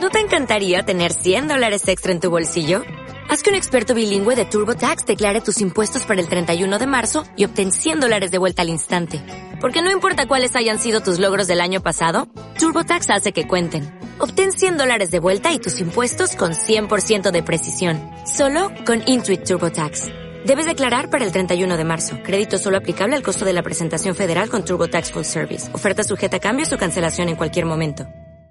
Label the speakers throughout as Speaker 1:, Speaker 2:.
Speaker 1: ¿No te encantaría tener $100 extra en tu bolsillo? Haz que un experto bilingüe de TurboTax declare tus impuestos para el 31 de marzo y obtén $100 de vuelta al instante. Porque no importa cuáles hayan sido tus logros del año pasado, TurboTax hace que cuenten. Obtén $100 de vuelta y tus impuestos con 100% de precisión. Solo con Intuit TurboTax. Debes declarar para el 31 de marzo. Crédito solo aplicable al costo de la presentación federal con TurboTax Full Service. Oferta sujeta a cambios o cancelación en cualquier momento.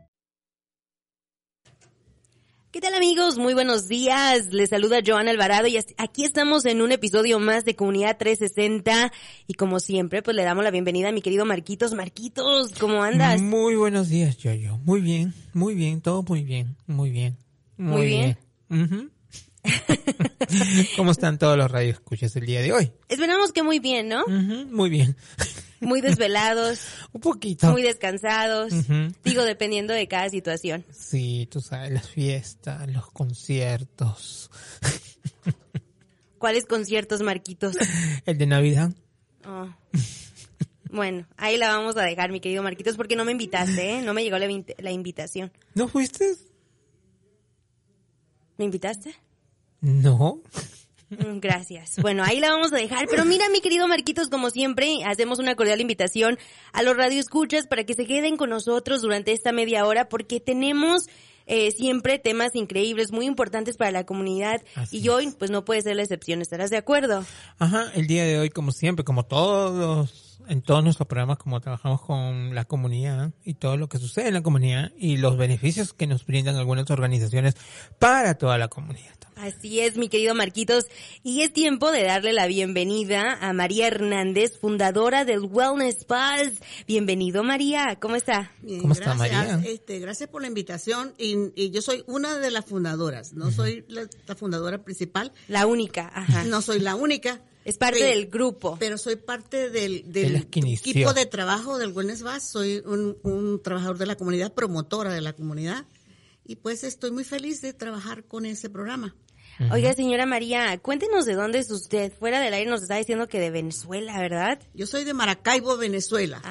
Speaker 2: ¿Qué tal, amigos? Muy buenos días. Les saluda Joana Alvarado y aquí estamos en un episodio más de Comunidad 360 y como siempre pues le damos la bienvenida a mi querido Marquitos. Marquitos, ¿cómo andas?
Speaker 3: Muy buenos días, Yoyo. Muy bien, todo muy bien, muy bien.
Speaker 2: Muy bien.
Speaker 3: Uh-huh. ¿Cómo están todos los radioescuchas el día de hoy?
Speaker 2: Esperamos que muy bien, ¿no?
Speaker 3: Uh-huh, muy bien.
Speaker 2: Muy desvelados.
Speaker 3: Un poquito.
Speaker 2: Muy descansados.
Speaker 3: Uh-huh.
Speaker 2: Digo, dependiendo de cada situación.
Speaker 3: Sí, tú sabes, las fiestas, los conciertos.
Speaker 2: ¿Cuáles conciertos, Marquitos?
Speaker 3: El de Navidad.
Speaker 2: Oh. Bueno, ahí la vamos a dejar, mi querido Marquitos, porque no me invitaste, ¿eh? No me llegó la invitación.
Speaker 3: ¿No fuiste?
Speaker 2: ¿Me invitaste?
Speaker 3: No.
Speaker 2: Gracias. Bueno, ahí la vamos a dejar. Pero mira, mi querido Marquitos, como siempre, hacemos una cordial invitación a los radioescuchas para que se queden con nosotros durante esta media hora porque tenemos siempre temas increíbles, muy importantes para la comunidad.
Speaker 3: Así
Speaker 2: y hoy, pues no puede ser la excepción. ¿Estarás de acuerdo?
Speaker 3: Ajá, el día de hoy, como siempre, como en todos nuestros programas, como trabajamos con la comunidad y todo lo que sucede en la comunidad y los beneficios que nos brindan algunas organizaciones para toda la comunidad.
Speaker 2: Así es, mi querido Marquitos. Y es tiempo de darle la bienvenida a María Hernández, fundadora del Wellness Buzz. Bienvenido, María. ¿Cómo está?
Speaker 3: Bien, ¿cómo está, María?
Speaker 4: Gracias por la invitación. Y yo soy una de las fundadoras. No soy la fundadora principal.
Speaker 2: La única, ajá.
Speaker 4: No soy la única.
Speaker 2: Es parte del grupo.
Speaker 4: Pero soy parte del
Speaker 3: inició.
Speaker 4: equipo de trabajo del Wellness Buzz. Soy un trabajador de la comunidad, promotora de la comunidad. Y pues estoy muy feliz de trabajar con ese programa.
Speaker 2: Oiga, señora María, cuéntenos de dónde es usted. Fuera del aire nos está diciendo que de Venezuela, ¿verdad?
Speaker 4: Yo soy de Maracaibo, Venezuela.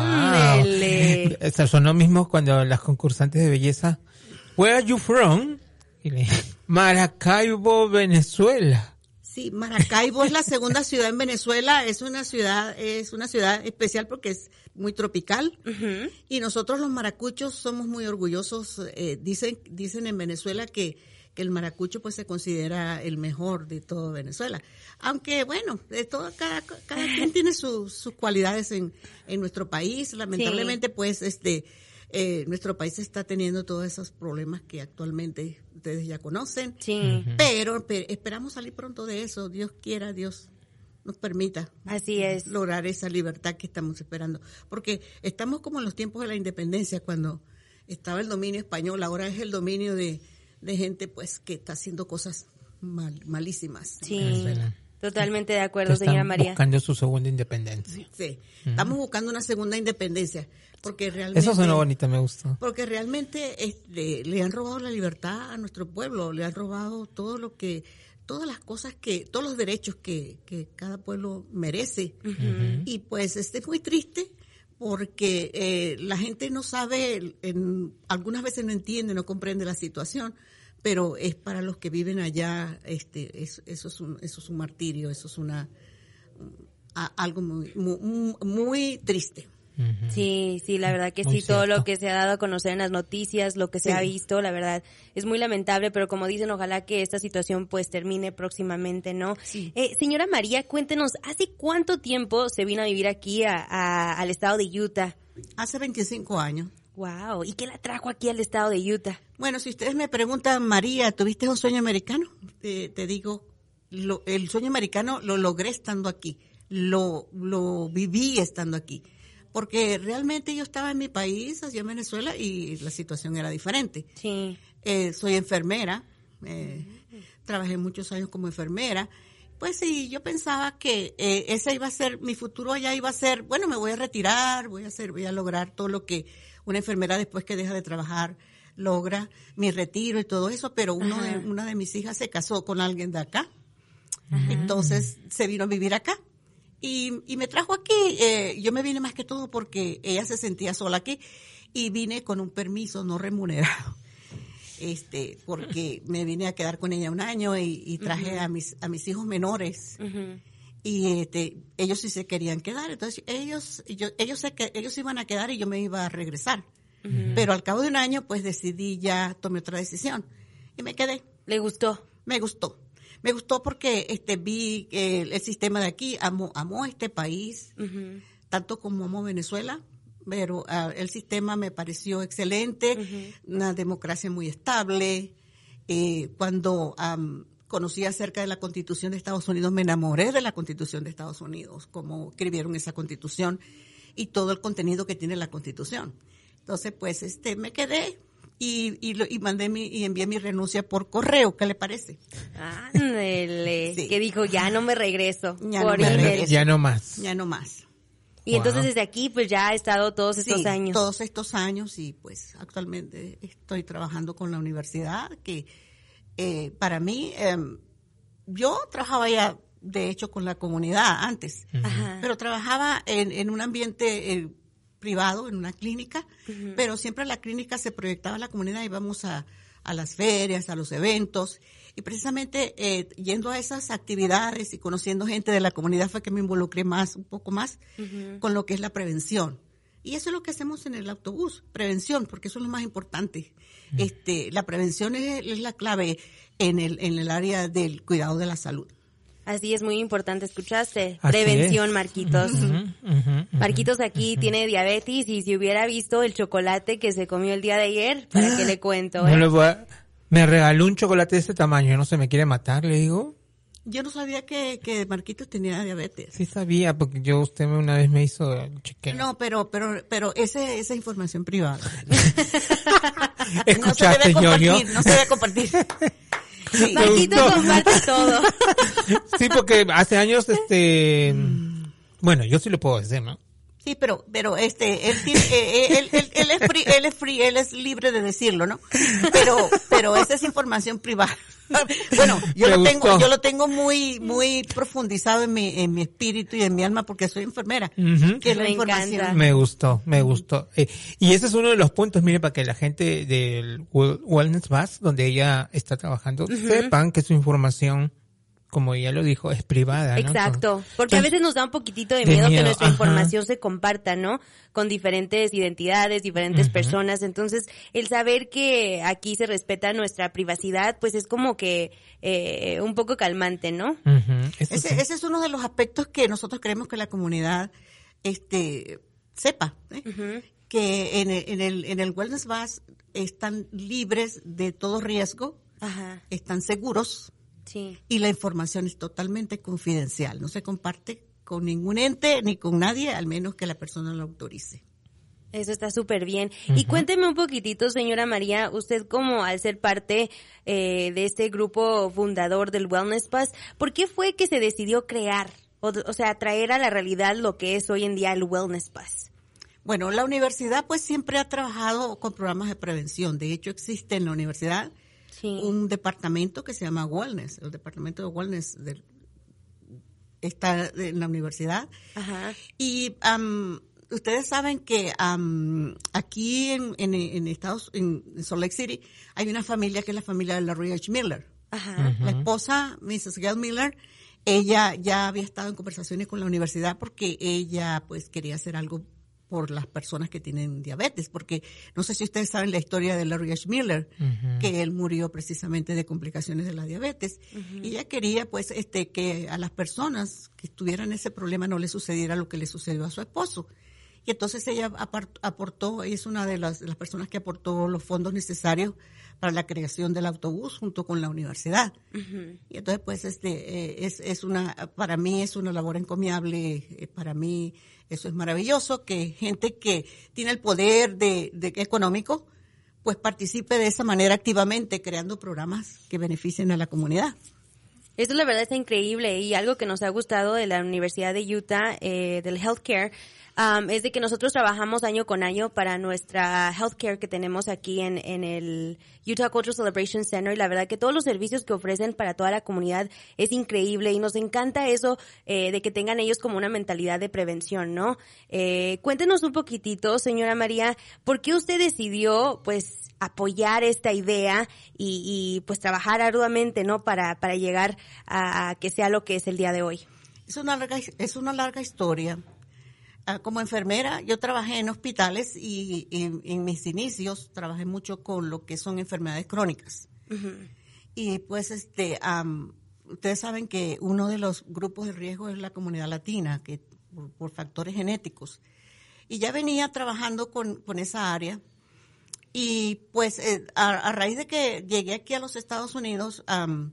Speaker 2: ¡Ándele!
Speaker 3: Wow. Sonó mismo cuando las concursantes de belleza, "Where are you from?" Y le Maracaibo, Venezuela.
Speaker 4: Sí, Maracaibo es la segunda ciudad en Venezuela. Es una ciudad especial porque es muy tropical.
Speaker 2: Uh-huh.
Speaker 4: Y nosotros los maracuchos somos muy orgullosos. Dicen en Venezuela que el maracucho pues se considera el mejor de todo Venezuela. Aunque bueno, de todo cada quien tiene sus cualidades en nuestro país. Lamentablemente
Speaker 2: sí.
Speaker 4: Pues nuestro país está teniendo todos esos problemas que actualmente ustedes ya conocen.
Speaker 2: Sí.
Speaker 3: Uh-huh.
Speaker 4: Pero esperamos salir pronto de eso. Dios quiera, Dios nos permita.
Speaker 2: Así es.
Speaker 4: Lograr esa libertad que estamos esperando. Porque estamos como en los tiempos de la independencia, cuando estaba el dominio español. Ahora es el dominio de gente pues que está haciendo cosas malísimas.
Speaker 2: Sí, totalmente de acuerdo, señora María.
Speaker 3: Buscando su segunda independencia.
Speaker 4: Sí,
Speaker 3: Uh-huh.
Speaker 4: Estamos buscando una segunda independencia, porque realmente...
Speaker 3: Eso suena bonito, me gustó.
Speaker 4: Porque realmente le han robado la libertad a nuestro pueblo, le han robado todas las cosas todos los derechos que cada pueblo merece.
Speaker 2: Uh-huh.
Speaker 4: Y pues es muy triste, porque la gente no sabe, algunas veces no entiende, no comprende la situación, pero es para los que viven allá, eso es un martirio, eso es algo muy triste.
Speaker 2: Sí, la verdad que
Speaker 3: Muy
Speaker 2: sí, todo
Speaker 3: cierto.
Speaker 2: lo que se ha dado a conocer en las noticias, lo que se ha visto, la verdad, es muy lamentable, pero como dicen, ojalá que esta situación pues termine próximamente, ¿no?
Speaker 4: Sí.
Speaker 2: Señora María, cuéntenos, ¿hace cuánto tiempo se vino a vivir aquí al estado de Utah?
Speaker 4: Hace 25 años.
Speaker 2: Wow, ¿y qué la trajo aquí al estado de Utah?
Speaker 4: Bueno, si ustedes me preguntan, María, ¿tuviste un sueño americano? Te digo, el sueño americano lo logré estando aquí, lo viví estando aquí. Porque realmente yo estaba en mi país, allá en Venezuela, y la situación era diferente.
Speaker 2: Sí.
Speaker 4: Soy enfermera, trabajé muchos años como enfermera. Pues sí, yo pensaba que ese iba a ser, mi futuro allá iba a ser, bueno, me voy a retirar, voy a lograr todo lo que una enfermera después que deja de trabajar logra, mi retiro y todo eso, pero una de mis hijas se casó con alguien de acá. Ajá. Entonces se vino a vivir acá. Y me trajo aquí, yo me vine más que todo porque ella se sentía sola aquí y vine con un permiso no remunerado. porque me vine a quedar con ella un año y traje a mis hijos menores. Y ellos sí se querían quedar, entonces ellos iban a quedar y yo me iba a regresar. Pero al cabo de un año, pues tomé otra decisión y me quedé.
Speaker 2: ¿Le gustó?
Speaker 4: Me gustó porque vi el sistema de aquí, amo este país, tanto como amo Venezuela, pero el sistema me pareció excelente, una democracia muy estable. Cuando conocí acerca de la Constitución de Estados Unidos, me enamoré de la Constitución de Estados Unidos, cómo escribieron esa Constitución y todo el contenido que tiene la Constitución. Entonces, pues, me quedé y mandé y envié mi renuncia por correo. ¿Qué le parece?
Speaker 2: Ándele. Sí. Que dijo, ya no me regreso.
Speaker 3: Ya no más.
Speaker 2: Y entonces desde aquí, pues, ya ha estado todos estos años.
Speaker 4: Todos estos años y, pues, actualmente estoy trabajando con la universidad que, para mí, yo trabajaba ya, de hecho, con la comunidad antes, pero trabajaba en un ambiente privado, en una clínica, pero siempre la clínica se proyectaba a la comunidad, íbamos a las ferias, a los eventos, y precisamente yendo a esas actividades y conociendo gente de la comunidad fue que me involucré un poco más con lo que es la prevención. Y eso es lo que hacemos en el autobús, prevención, porque eso es lo más importante. La prevención es la clave en el área del cuidado de la salud.
Speaker 2: Así es, muy importante, ¿escuchaste? Prevención, Marquitos. Marquitos aquí tiene diabetes y si hubiera visto el chocolate que se comió el día de ayer, ¿para qué le cuento?
Speaker 3: Me regaló un chocolate de este tamaño, no se me quiere matar, le digo.
Speaker 4: Yo no sabía que Marquitos tenía diabetes.
Speaker 3: Sí sabía, porque usted una vez me hizo el chequeo.
Speaker 4: No, pero esa es información privada.
Speaker 3: ¿Escuchaste, Yoyo?
Speaker 4: No se debe compartir.
Speaker 2: Sí. Marquito comparte todo.
Speaker 3: Sí, porque hace años, bueno, yo sí lo puedo decir, ¿no?
Speaker 4: Sí, pero él es libre de decirlo, ¿no? Pero esa es información privada. Bueno, yo lo tengo muy profundizado en mi espíritu y en mi alma porque soy enfermera. Que la información.
Speaker 3: Me gustó. Y ese es uno de los puntos, mire, para que la gente del Wellness Bus, donde ella está trabajando, sepan que su información, como ella lo dijo, es privada, ¿no?
Speaker 2: Exacto, porque a veces nos da un poquitito de miedo que nuestra información se comparta, ¿no? Con diferentes identidades, diferentes personas, entonces el saber que aquí se respeta nuestra privacidad, pues es como que un poco calmante, ¿no?
Speaker 4: Ese es uno de los aspectos que nosotros queremos que la comunidad sepa, que en el Wellness Bus están libres de todo riesgo, están seguros.
Speaker 2: Sí.
Speaker 4: Y la información es totalmente confidencial, no se comparte con ningún ente ni con nadie, al menos que la persona lo autorice.
Speaker 2: Eso está súper bien. Y cuénteme un poquitito, señora María, usted como al ser parte de este grupo fundador del Wellness Bus, ¿por qué fue que se decidió crear, o sea, traer a la realidad lo que es hoy en día el Wellness Bus?
Speaker 4: Bueno, la universidad pues siempre ha trabajado con programas de prevención. De hecho, existe en la universidad un departamento que se llama Wellness. El departamento de Wellness está en la universidad. Y ustedes saben que aquí en Salt Lake City hay una familia que es la familia de la Rich Miller. La esposa, Mrs. Gail Miller, ella ya había estado en conversaciones con la universidad porque ella pues quería hacer algo por las personas que tienen diabetes, porque no sé si ustedes saben la historia de Larry H. Miller, que él murió precisamente de complicaciones de la diabetes, y ella quería pues que a las personas que tuvieran ese problema no le sucediera lo que le sucedió a su esposo. Y entonces ella aportó, es una de las personas que aportó los fondos necesarios para la creación del autobús junto con la universidad. Y entonces pues para mí es una labor encomiable, para mí eso es maravilloso, que gente que tiene el poder de económico pues participe de esa manera activamente creando programas que beneficien a la comunidad.
Speaker 2: Esto la verdad está increíble y algo que nos ha gustado de la Universidad de Utah, del healthcare, es de que nosotros trabajamos año con año para nuestra healthcare que tenemos aquí en el Utah Cultural Celebration Center, y la verdad que todos los servicios que ofrecen para toda la comunidad es increíble, y nos encanta eso de que tengan ellos como una mentalidad de prevención, ¿no? Cuéntenos un poquitito, señora María, ¿por qué usted decidió, pues, apoyar esta idea y pues trabajar arduamente, ¿no? Para llegar a que sea lo que es el día de hoy.
Speaker 4: Es una larga historia. Como enfermera, yo trabajé en hospitales y en mis inicios trabajé mucho con lo que son enfermedades crónicas. Uh-huh. Y pues ustedes saben que uno de los grupos de riesgo es la comunidad latina, que por factores genéticos. Y ya venía trabajando con esa área. Y pues a raíz de que llegué aquí a los Estados Unidos,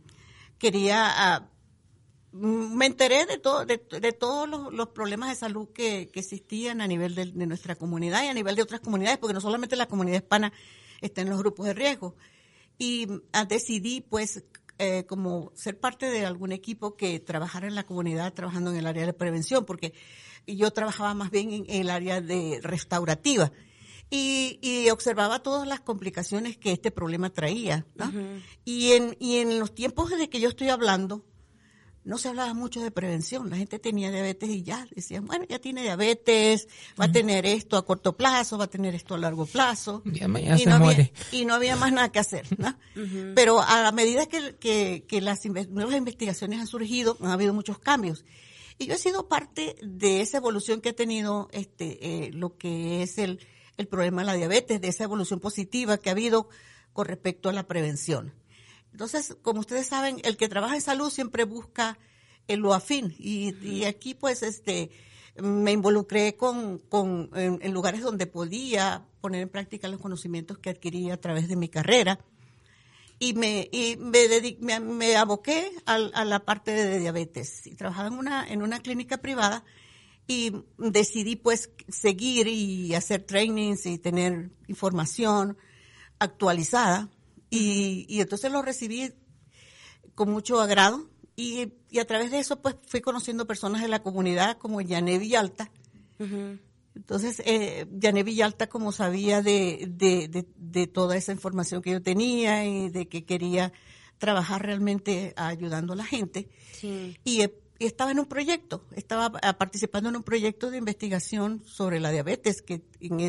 Speaker 4: me enteré de todos los problemas de salud que existían a nivel de nuestra comunidad y a nivel de otras comunidades, porque no solamente la comunidad hispana está en los grupos de riesgo. Y decidí pues como ser parte de algún equipo que trabajara en la comunidad, trabajando en el área de prevención, porque yo trabajaba más bien en el área de restaurativa. Y observaba todas las complicaciones que este problema traía, ¿no? Uh-huh. Y en los tiempos de que yo estoy hablando, no se hablaba mucho de prevención. La gente tenía diabetes y ya decían, bueno, ya tiene diabetes, va a tener esto a corto plazo, va a tener esto a largo plazo. Y no había más nada que hacer, ¿no? Uh-huh. Pero a medida que las nuevas investigaciones han surgido, han habido muchos cambios. Y yo he sido parte de esa evolución que ha tenido lo que es el problema de la diabetes, de esa evolución positiva que ha habido con respecto a la prevención. Entonces, como ustedes saben, el que trabaja en salud siempre busca lo afín, y aquí pues me involucré en lugares donde podía poner en práctica los conocimientos que adquirí a través de mi carrera, y me aboqué a la parte de diabetes, y trabajaba en una clínica privada. Y decidí pues seguir y hacer trainings y tener información actualizada, y entonces lo recibí con mucho agrado, y a través de eso pues fui conociendo personas de la comunidad como Yané Villalta. Uh-huh. Entonces Yané Villalta, como sabía de toda esa información que yo tenía y de que quería trabajar realmente ayudando a la gente, sí. Y estaba en un proyecto, estaba participando en un proyecto de investigación sobre la diabetes que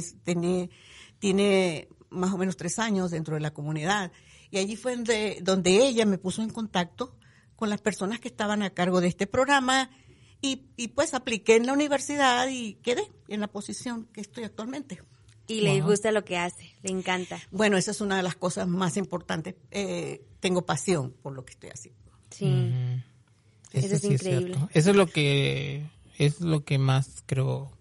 Speaker 4: tiene más o menos 3 años dentro de la comunidad. Y allí fue donde ella me puso en contacto con las personas que estaban a cargo de este programa, y pues apliqué en la universidad y quedé en la posición que estoy actualmente.
Speaker 2: Y le gusta lo que hace, le encanta.
Speaker 4: Bueno, esa es una de las cosas más importantes. Tengo pasión por lo que estoy haciendo.
Speaker 2: Sí. Uh-huh. Eso es increíble.
Speaker 3: Eso es lo que más creo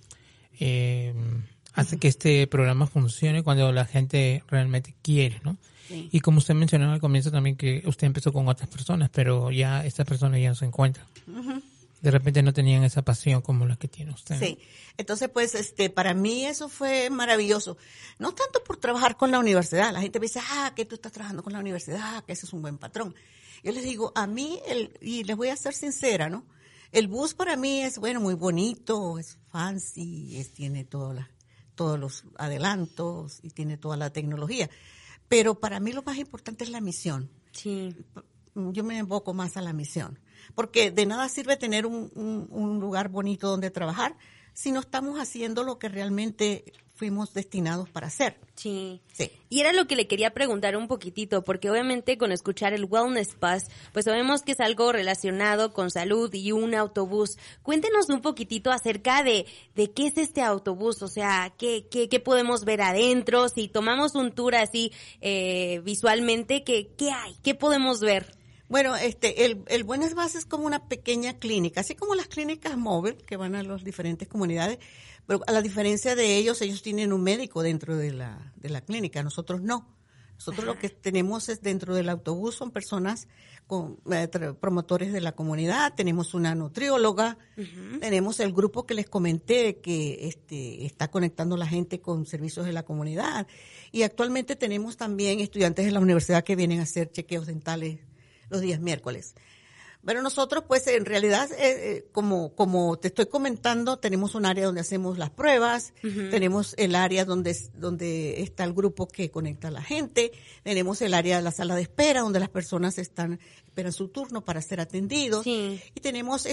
Speaker 3: hace que este programa funcione, cuando la gente realmente quiere, ¿no? Sí. Y como usted mencionó al comienzo también, que usted empezó con otras personas, pero ya estas personas ya no se encuentran. Uh-huh. De repente no tenían esa pasión como la que tiene usted.
Speaker 4: Sí. Entonces, pues, para mí eso fue maravilloso. No tanto por trabajar con la universidad. La gente me dice, que tú estás trabajando con la universidad, que ese es un buen patrón. Yo les digo, a mí, y les voy a ser sincera, ¿no? El bus para mí es, bueno, muy bonito, es fancy, tiene todos los adelantos y tiene toda la tecnología. Pero para mí lo más importante es la misión.
Speaker 2: Sí.
Speaker 4: Yo me enfoco más a la misión. Porque de nada sirve tener un lugar bonito donde trabajar si no estamos haciendo lo que realmente fuimos destinados para hacer.
Speaker 2: Sí. Sí. Y era lo que le quería preguntar un poquitito, porque obviamente con escuchar el Wellness Bus, pues sabemos que es algo relacionado con salud y un autobús. Cuéntenos un poquitito acerca de qué es este autobús, o sea, qué podemos ver adentro, si tomamos un tour así visualmente, ¿qué hay? ¿Qué podemos ver?
Speaker 4: Bueno, el Wellness Bus es como una pequeña clínica, así como las clínicas móviles que van a las diferentes comunidades, pero a la diferencia de ellos tienen un médico dentro de la clínica, nosotros no. Nosotros lo que tenemos es dentro del autobús son personas con promotores de la comunidad, tenemos una nutrióloga, uh-huh. Tenemos el grupo que les comenté que está conectando a la gente con servicios de la comunidad, y actualmente tenemos también estudiantes de la universidad que vienen a hacer chequeos dentales los días miércoles. Pero nosotros, pues, en realidad, como te estoy comentando, tenemos un área donde hacemos las pruebas, tenemos el área donde está el grupo que conecta a la gente, tenemos el área de la sala de espera, donde las personas esperan su turno para ser atendidos, y tenemos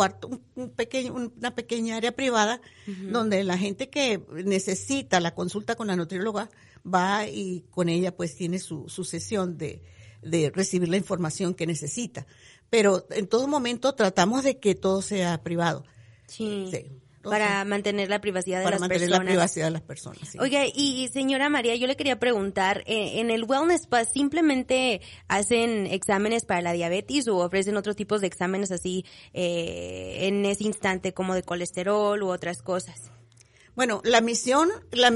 Speaker 4: una pequeña área privada, donde la gente que necesita la consulta con la nutrióloga va y con ella, pues, tiene su sesión de recibir la información que necesita. Pero en todo momento tratamos de que todo sea privado.
Speaker 2: Sí. Para mantener la privacidad de las personas.
Speaker 4: Para mantener la privacidad de las personas, sí.
Speaker 2: Oiga, y señora María, yo le quería preguntar, ¿en el Wellness Plus simplemente hacen exámenes para la diabetes o ofrecen otros tipos de exámenes así en ese instante, como de colesterol u otras cosas?
Speaker 4: Bueno, la misión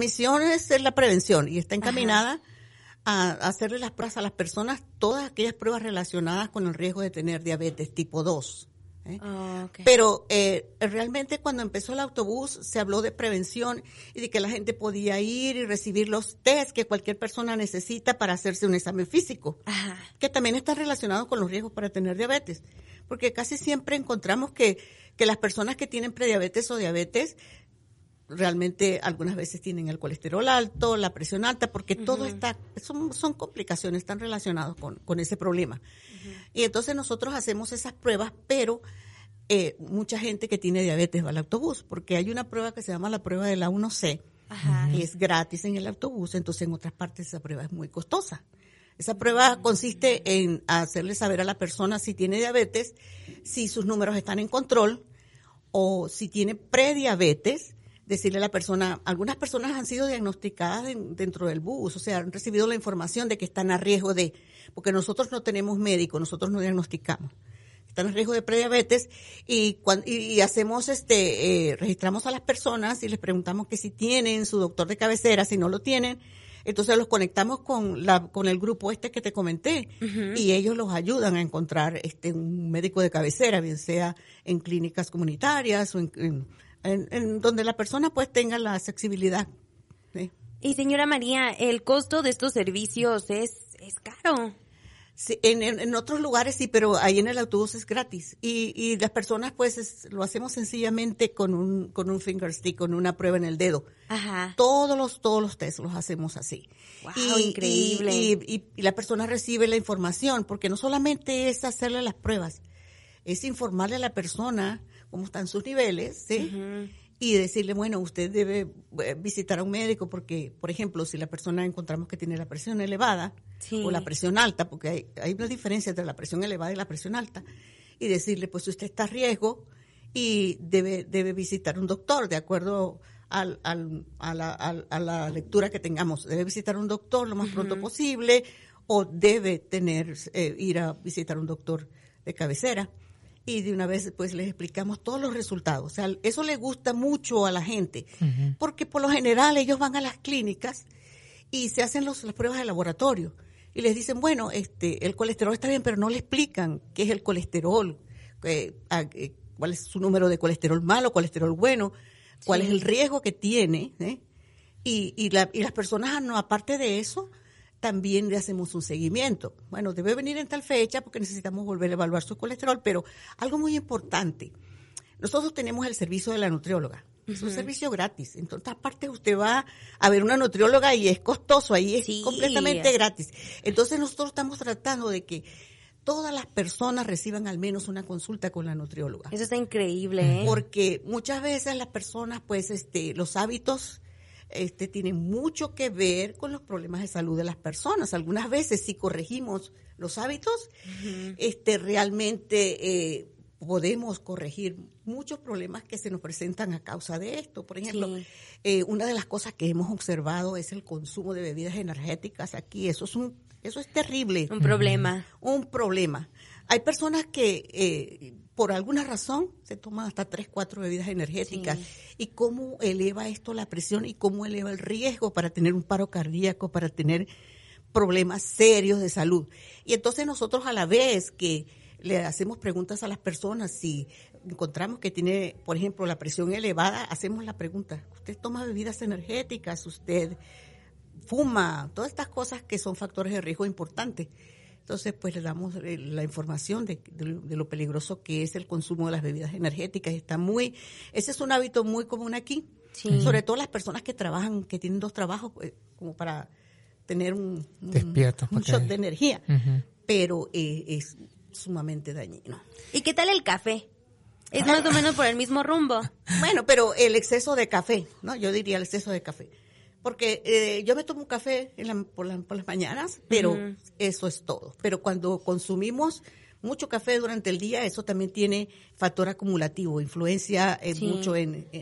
Speaker 4: es la prevención y está encaminada a hacerle las pruebas a las personas, todas aquellas pruebas relacionadas con el riesgo de tener diabetes tipo 2. Okay. Pero realmente cuando empezó el autobús se habló de prevención y de que la gente podía ir y recibir los test que cualquier persona necesita para hacerse un examen físico, que también está relacionado con los riesgos para tener diabetes, porque casi siempre encontramos que las personas que tienen prediabetes o diabetes realmente algunas veces tienen el colesterol alto, la presión alta, porque todo son complicaciones, están relacionados con ese problema. Y entonces nosotros hacemos esas pruebas, pero mucha gente que tiene diabetes va al autobús, porque hay una prueba que se llama la prueba de la A1C, y es gratis en el autobús, entonces en otras partes esa prueba es muy costosa. Esa prueba consiste en hacerle saber a la persona si tiene diabetes, si sus números están en control, o si tiene prediabetes, decirle a la persona, algunas personas han sido diagnosticadas dentro del bus, o sea, han recibido la información de que están a riesgo porque nosotros no tenemos médico, nosotros no diagnosticamos, están a riesgo de prediabetes y hacemos registramos a las personas y les preguntamos que si tienen su doctor de cabecera, si no lo tienen, entonces los conectamos con el grupo que te comenté, y ellos los ayudan a encontrar un médico de cabecera, bien sea en clínicas comunitarias o en donde la persona pues tenga la accesibilidad. ¿Sí?
Speaker 2: Y señora María, ¿el costo de estos servicios es caro?
Speaker 4: Sí, en otros lugares sí, pero ahí en el autobús es gratis. Y las personas pues lo hacemos sencillamente con un finger stick, con una prueba en el dedo. Todos los test los hacemos así.
Speaker 2: Wow, increíble.
Speaker 4: Y la persona recibe la información, porque no solamente es hacerle las pruebas, es informarle a la persona cómo están sus niveles, ¿sí? Y decirle, bueno, usted debe visitar a un médico porque, por ejemplo, si la persona encontramos que tiene la presión elevada o la presión alta, porque hay una diferencia entre la presión elevada y la presión alta, y decirle, pues usted está a riesgo y debe visitar un doctor, de acuerdo a la lectura que tengamos. Debe visitar un doctor lo más pronto posible o debe ir a visitar un doctor de cabecera. Y de una vez pues les explicamos todos los resultados. O sea, eso le gusta mucho a la gente, porque por lo general ellos van a las clínicas y se hacen las pruebas de laboratorio y les dicen, bueno, el colesterol está bien, pero no le explican qué es el colesterol, cuál es su número de colesterol malo, colesterol bueno, cuál es el riesgo que tiene, y las personas, no, aparte de eso, también le hacemos un seguimiento. Bueno, debe venir en tal fecha porque necesitamos volver a evaluar su colesterol, pero algo muy importante, nosotros tenemos el servicio de la nutrióloga. Es un servicio gratis. En todas partes usted va a ver una nutrióloga y es costoso, ahí es completamente gratis. Entonces nosotros estamos tratando de que todas las personas reciban al menos una consulta con la nutrióloga.
Speaker 2: Eso está increíble, ¿eh?
Speaker 4: Porque muchas veces las personas, pues, los hábitos tiene mucho que ver con los problemas de salud de las personas. Algunas veces si corregimos los hábitos, realmente podemos corregir muchos problemas que se nos presentan a causa de esto. Por ejemplo, una de las cosas que hemos observado es el consumo de bebidas energéticas aquí. Eso es terrible.
Speaker 2: Un problema.
Speaker 4: Un problema. Hay personas que por alguna razón se toman hasta 3, 4 bebidas energéticas. ¿Y cómo eleva esto la presión y cómo eleva el riesgo para tener un paro cardíaco, para tener problemas serios de salud? Y entonces nosotros, a la vez que le hacemos preguntas a las personas, si encontramos que tiene, por ejemplo, la presión elevada, hacemos la pregunta, ¿usted toma bebidas energéticas? ¿Usted fuma? Todas estas cosas que son factores de riesgo importantes. Entonces, pues le damos la información de lo peligroso que es el consumo de las bebidas energéticas. Ese es un hábito muy común aquí, sobre todo las personas que trabajan, que tienen 2 trabajos, pues, como para tener un shot de energía, pero es sumamente dañino.
Speaker 2: ¿Y qué tal el café? Es más o menos por el mismo rumbo.
Speaker 4: Bueno, pero el exceso de café, ¿no? Yo diría el exceso de café. Porque yo me tomo un café por las mañanas, pero eso es todo. Pero cuando consumimos mucho café durante el día, eso también tiene factor acumulativo, influencia mucho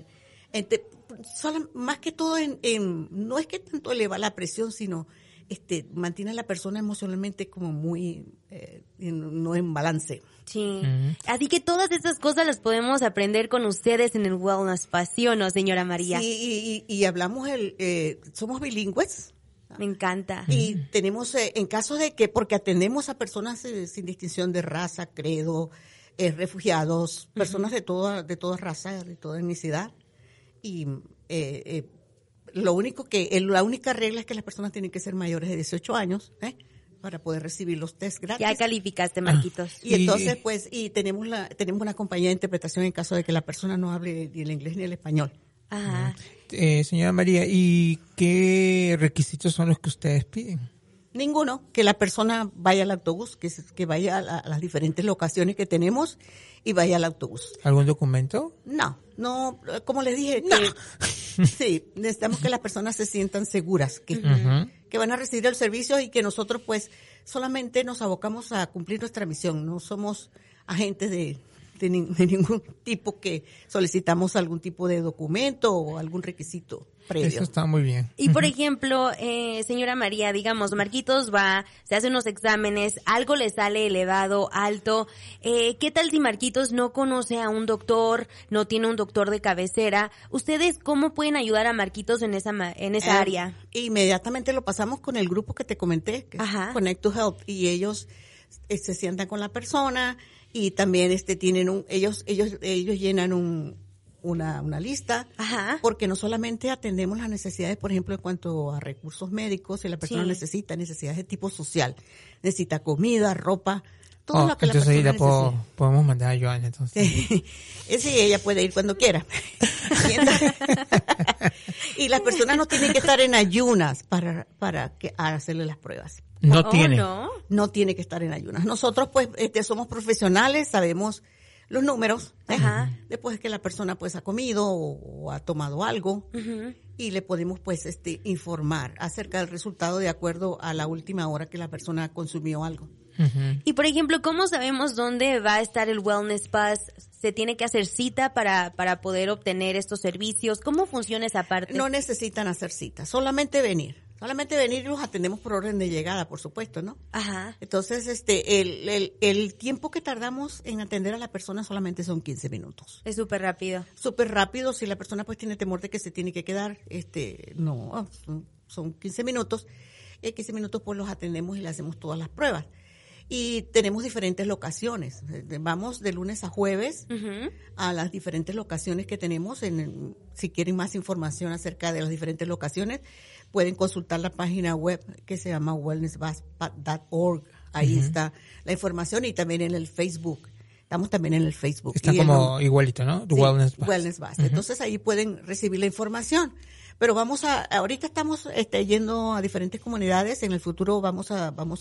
Speaker 4: más que todo no es que tanto eleva la presión, sino mantiene a la persona emocionalmente como muy, no en balance.
Speaker 2: Sí. Así que todas estas cosas las podemos aprender con ustedes en el Wellness Pass, ¿sí o no, señora María?
Speaker 4: Sí, y hablamos somos bilingües.
Speaker 2: Me encanta.
Speaker 4: Y tenemos, en caso de que, porque atendemos a personas sin distinción de raza, credo, refugiados, personas de toda raza, de toda etnicidad. Y la única regla es que las personas tienen que ser mayores de 18 años, para poder recibir los test gratis.
Speaker 2: Ya calificaste, Marquitos.
Speaker 4: Y entonces, pues, tenemos una compañía de interpretación en caso de que la persona no hable ni el inglés ni el español.
Speaker 2: Ajá.
Speaker 3: Señora María, ¿y qué requisitos son los que ustedes piden?
Speaker 4: Ninguno, que la persona vaya al autobús, que vaya a las diferentes locaciones que tenemos y vaya al autobús.
Speaker 3: ¿Algún documento?
Speaker 4: No, como les dije, sí, necesitamos que las personas se sientan seguras, que van a recibir el servicio y que nosotros pues solamente nos abocamos a cumplir nuestra misión, no somos agentes de ningún tipo que solicitamos algún tipo de documento o algún requisito previo.
Speaker 3: Eso está muy bien.
Speaker 2: Y por ejemplo, señora María, digamos, Marquitos se hace unos exámenes, algo le sale elevado, alto. ¿Qué tal si Marquitos no conoce a un doctor, no tiene un doctor de cabecera? ¿Ustedes cómo pueden ayudar a Marquitos en esa área?
Speaker 4: Inmediatamente lo pasamos con el grupo que te comenté, que es Connect to Health, y ellos se sientan con la persona. Y también tienen ellos llenan una lista, porque no solamente atendemos las necesidades, por ejemplo, en cuanto a recursos médicos, si la persona necesita necesidades de tipo social, necesita comida, ropa, todo lo que la persona necesita. Entonces ahí
Speaker 3: podemos mandar a Joana, entonces.
Speaker 4: Sí, ella puede ir cuando quiera. Y las personas no tienen que estar en ayunas para hacerle las pruebas.
Speaker 3: No
Speaker 4: tiene que estar en ayunas. Nosotros pues somos profesionales, sabemos los números, después que la persona pues ha comido o ha tomado algo, y le podemos pues informar acerca del resultado de acuerdo a la última hora que la persona consumió algo.
Speaker 2: Y por ejemplo, ¿cómo sabemos dónde va a estar el Wellness Pass? ¿Se tiene que hacer cita para poder obtener estos servicios? ¿Cómo funciona esa parte?
Speaker 4: No necesitan hacer cita, solamente venir y los atendemos por orden de llegada, por supuesto, ¿no?
Speaker 2: Ajá.
Speaker 4: Entonces, el tiempo que tardamos en atender a la persona solamente son 15 minutos.
Speaker 2: Es súper rápido.
Speaker 4: Súper rápido, si la persona pues tiene temor de que se tiene que quedar, no, son 15 minutos. Y en 15 minutos pues los atendemos y le hacemos todas las pruebas. Y tenemos diferentes locaciones. Vamos de lunes a jueves a las diferentes locaciones que tenemos. Si quieren más información acerca de las diferentes locaciones, pueden consultar la página web que se llama wellnesspass.org. Ahí está la información, y también en el Facebook. Estamos también en el Facebook.
Speaker 3: Está como igualito, ¿no?
Speaker 4: Sí,
Speaker 3: Wellness Pass.
Speaker 4: Wellness Pass. Entonces ahí pueden recibir la información. Pero ahorita estamos yendo a diferentes comunidades. En el futuro vamos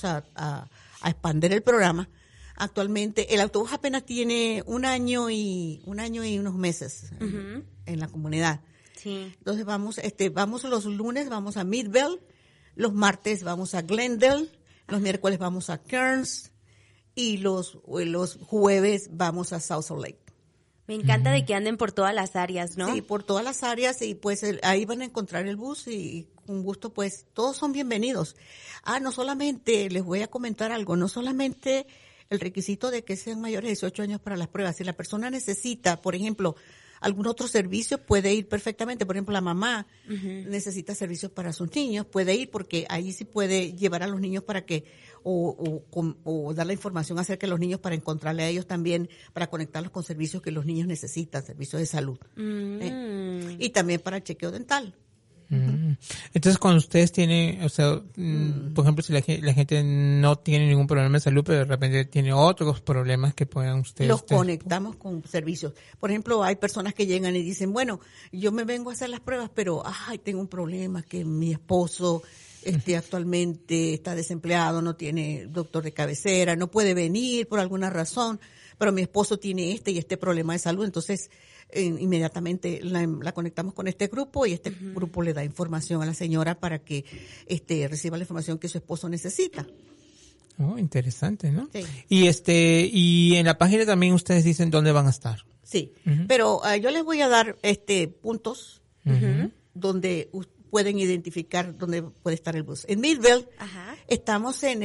Speaker 4: a expandir el programa. Actualmente el autobús apenas tiene un año y unos meses en la comunidad.
Speaker 2: Sí.
Speaker 4: Entonces vamos los lunes, vamos a Midvale, los martes vamos a Glendale, los miércoles vamos a Kearns y los jueves vamos a South Salt Lake.
Speaker 2: Me encanta de que anden por todas las áreas, ¿no?
Speaker 4: Sí, por todas las áreas, y pues ahí van a encontrar el bus, y con gusto pues todos son bienvenidos. No solamente, les voy a comentar algo, no solamente el requisito de que sean mayores de 18 años para las pruebas. Si la persona necesita, por ejemplo, algún otro servicio, puede ir perfectamente. Por ejemplo, la mamá necesita servicios para sus niños, puede ir, porque ahí sí puede llevar a los niños para que, o dar la información acerca de los niños para encontrarle a ellos también, para conectarlos con servicios que los niños necesitan, servicios de salud. Y también para el chequeo dental.
Speaker 3: Entonces, cuando ustedes tienen, o sea, por ejemplo, si la gente no tiene ningún problema de salud, pero de repente tiene otros problemas que puedan ustedes...
Speaker 4: Los conectamos con servicios. Por ejemplo, hay personas que llegan y dicen, bueno, yo me vengo a hacer las pruebas, pero tengo un problema que mi esposo actualmente está desempleado, no tiene doctor de cabecera, no puede venir por alguna razón, pero mi esposo tiene este y este problema de salud, entonces inmediatamente la conectamos con este grupo y este grupo le da información a la señora para que reciba la información que su esposo necesita.
Speaker 3: Oh, interesante, ¿no?
Speaker 4: Sí.
Speaker 3: Y en la página también ustedes dicen dónde van a estar.
Speaker 4: Sí, pero yo les voy a dar puntos donde pueden identificar dónde puede estar el bus. En Midville estamos en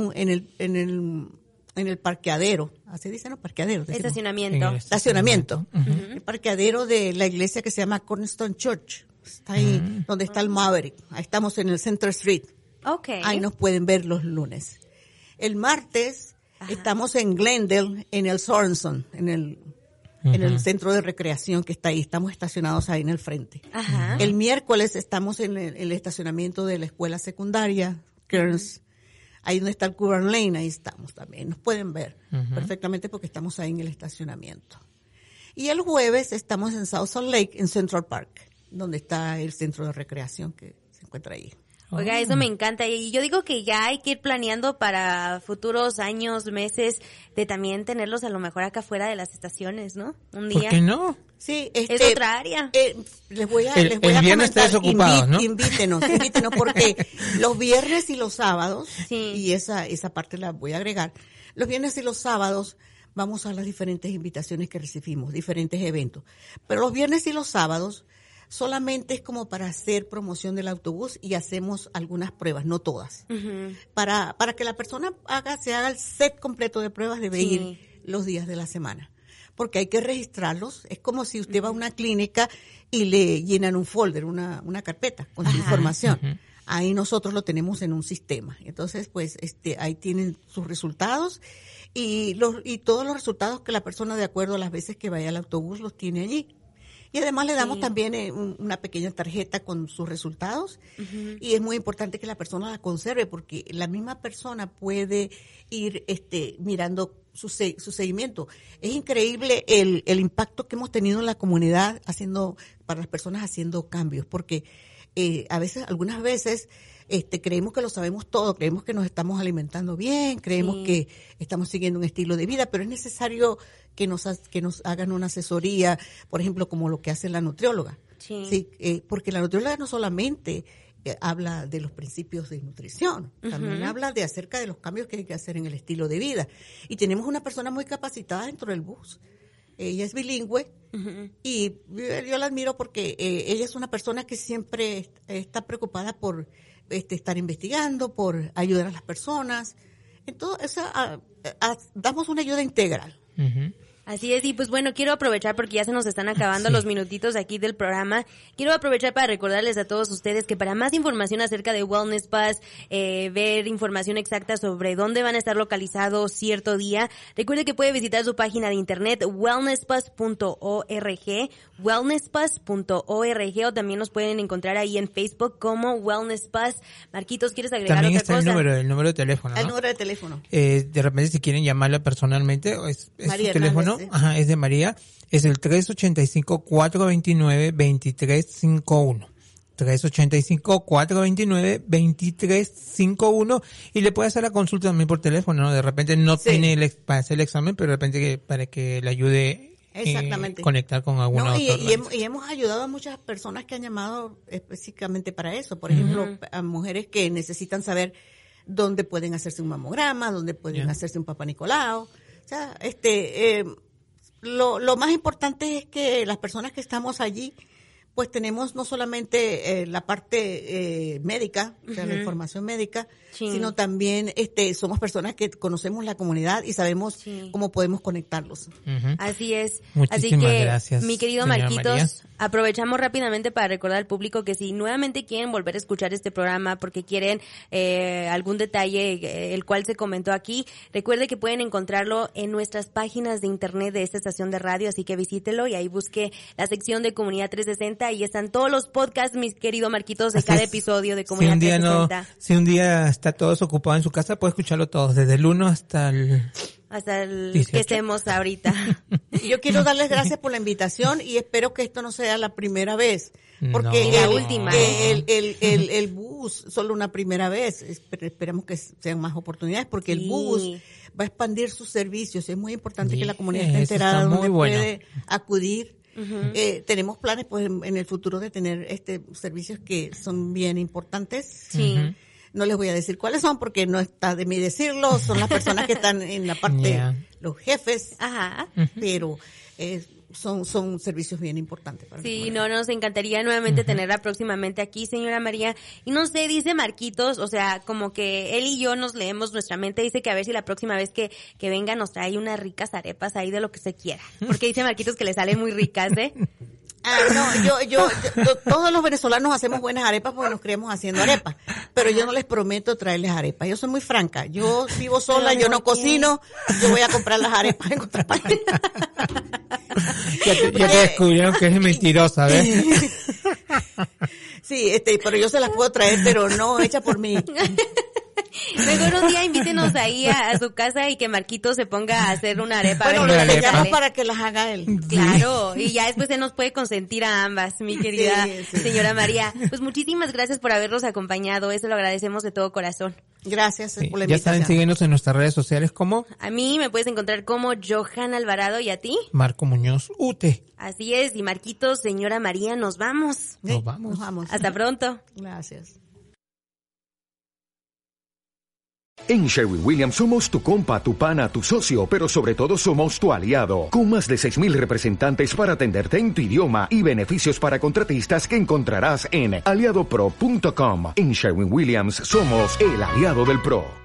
Speaker 4: el parqueadero, así dicen, ¿no? Parqueadero.
Speaker 2: Estacionamiento.
Speaker 3: Estacionamiento.
Speaker 4: El parqueadero de la iglesia que se llama Cornerstone Church. Está ahí donde está el Maverick. Ahí estamos en el Center Street.
Speaker 2: Okay.
Speaker 4: Ahí nos pueden ver los lunes. El martes estamos en Glendale, en el Sorenson, en el centro de recreación que está ahí. Estamos estacionados ahí en el frente. El miércoles estamos en el estacionamiento de la escuela secundaria, Kearns. Ahí donde está el Curran Lane, ahí estamos también. Nos pueden ver perfectamente porque estamos ahí en el estacionamiento. Y el jueves estamos en South Salt Lake, en Central Park, donde está el centro de recreación que se encuentra ahí.
Speaker 2: Oiga, eso me encanta. Y yo digo que ya hay que ir planeando para futuros años, meses, de también tenerlos a lo mejor acá fuera de las estaciones, ¿no? Un día.
Speaker 3: ¿Por qué no?
Speaker 4: Sí,
Speaker 2: es otra área.
Speaker 4: Les voy a
Speaker 3: el viernes
Speaker 4: comentar,
Speaker 3: ocupados, ¿no?
Speaker 4: Invítenos, porque los viernes y los sábados, y esa parte la voy a agregar, los viernes y los sábados vamos a las diferentes invitaciones que recibimos, diferentes eventos. Pero los viernes y los sábados solamente es como para hacer promoción del autobús y hacemos algunas pruebas, no todas. Para que la persona se haga el set completo de pruebas, debe ir los días de la semana. Porque hay que registrarlos. Es como si usted va a una clínica y le llenan un folder, una carpeta con su información. Ahí nosotros lo tenemos en un sistema. Entonces, pues, ahí tienen sus resultados y todos los resultados que la persona, de acuerdo a las veces que vaya al autobús, los tiene allí. Y además le damos también una pequeña tarjeta con sus resultados y es muy importante que la persona la conserve porque la misma persona puede ir mirando su seguimiento. Es increíble el impacto que hemos tenido en la comunidad para las personas haciendo cambios porque algunas veces creemos que lo sabemos todo, creemos que nos estamos alimentando bien, creemos que estamos siguiendo un estilo de vida, pero es necesario que nos hagan una asesoría, por ejemplo, como lo que hace la nutrióloga. Porque la nutrióloga no solamente habla de los principios de nutrición, también habla acerca de los cambios que hay que hacer en el estilo de vida. Y tenemos una persona muy capacitada dentro del bus. Ella es bilingüe y yo la admiro porque ella es una persona que siempre está preocupada por estar investigando, por ayudar a las personas. Entonces, damos una ayuda integral.
Speaker 2: Así es, y pues bueno, quiero aprovechar porque ya se nos están acabando los minutitos aquí del programa. Quiero aprovechar para recordarles a todos ustedes que para más información acerca de Wellness Bus, ver información exacta sobre dónde van a estar localizados cierto día, recuerde que puede visitar su página de internet wellnessbus.org, wellnessbus.org, o también nos pueden encontrar ahí en Facebook como Wellness Bus. Marquitos, ¿quieres agregar
Speaker 3: también
Speaker 2: otra cosa?
Speaker 3: También está el número de teléfono, ¿no?
Speaker 4: El número de teléfono.
Speaker 3: De repente si quieren llamarla personalmente, es su teléfono. Es de María, es el 385-429-2351. 385-429-2351 y le puede hacer la consulta también por teléfono, ¿no? De repente no tiene para hacer el examen, pero de repente para que le ayude conectar con alguna otra.
Speaker 4: Y hemos ayudado a muchas personas que han llamado específicamente para eso. Por ejemplo, a mujeres que necesitan saber dónde pueden hacerse un mamograma, dónde pueden hacerse un Papá Nicolau. O sea, lo más importante es que las personas que estamos allí, pues tenemos no solamente la parte médica, o sea, la información médica, sino también somos personas que conocemos la comunidad y sabemos cómo podemos conectarlos.
Speaker 2: Así es.
Speaker 3: Muchísimas
Speaker 2: Así que,
Speaker 3: gracias,
Speaker 2: mi querido Marquitos,
Speaker 3: María.
Speaker 2: aprovechamos rápidamente para recordar al público que si nuevamente quieren volver a escuchar este programa porque quieren algún detalle el cual se comentó aquí, recuerde que pueden encontrarlo en nuestras páginas de internet de esta estación de radio, así que visítelo y ahí busque la sección de Comunidad 360 360. Ahí están todos los podcasts, mis queridos Marquitos, de cada episodio de Comunidad
Speaker 3: si un día
Speaker 2: 360.
Speaker 3: si un día está todo ocupado en su casa, puede escucharlo todos, desde el 1 hasta el 18.
Speaker 2: Que estemos ahorita.
Speaker 4: Yo quiero darles gracias por la invitación y espero que esto no sea la primera vez. Porque
Speaker 2: No. La última.
Speaker 4: El bus, solo una primera vez. Esperemos que sean más oportunidades porque el bus va a expandir sus servicios. Es muy importante que la comunidad esté enterada de dónde puede acudir. Tenemos planes pues en el futuro de tener servicios que son bien importantes.
Speaker 2: Sí.
Speaker 4: No les voy a decir cuáles son porque no está de mí decirlo, son las personas que están en la parte, los jefes, pero son servicios bien importantes para
Speaker 2: sí, nos encantaría nuevamente tenerla próximamente aquí, señora María. Y no sé, dice Marquitos, o sea, como que él y yo nos leemos nuestra mente, dice que a ver si la próxima vez que venga nos trae unas ricas arepas ahí de lo que se quiera. Porque dice Marquitos que le salen muy ricas, ¿eh?
Speaker 4: No, yo, todos los venezolanos hacemos buenas arepas porque nos criamos haciendo arepas, pero yo no les prometo traerles arepas. Yo soy muy franca. Yo vivo sola, yo no cocino, yo voy a comprar las arepas en otra parte.
Speaker 3: Ya te descubrieron que es mentirosa, ¿ves?
Speaker 4: Sí, pero yo se las puedo traer, pero no hecha por mí.
Speaker 2: Mejor un día invítenos ahí a su casa y que Marquito se ponga a hacer una arepa.
Speaker 4: Bueno, lo enseñamos para que las haga él.
Speaker 2: Claro, y ya después se nos puede consentir a ambas, mi querida señora María. Pues muchísimas gracias por habernos acompañado, eso lo agradecemos de todo corazón.
Speaker 4: Gracias por la invitación.
Speaker 3: Ya saben, síguenos en nuestras redes sociales como...
Speaker 2: A mí me puedes encontrar como Johanna Alvarado, ¿y a ti?
Speaker 3: Marco Muñoz Ute.
Speaker 2: Así es, y Marquitos, señora María, nos vamos.
Speaker 3: Nos vamos.
Speaker 2: Hasta pronto.
Speaker 4: Gracias.
Speaker 5: En Sherwin-Williams somos tu compa, tu pana, tu socio, pero sobre todo somos tu aliado. Con más de 6,000 representantes para atenderte en tu idioma y beneficios para contratistas que encontrarás en aliadopro.com. En Sherwin-Williams somos el aliado del pro.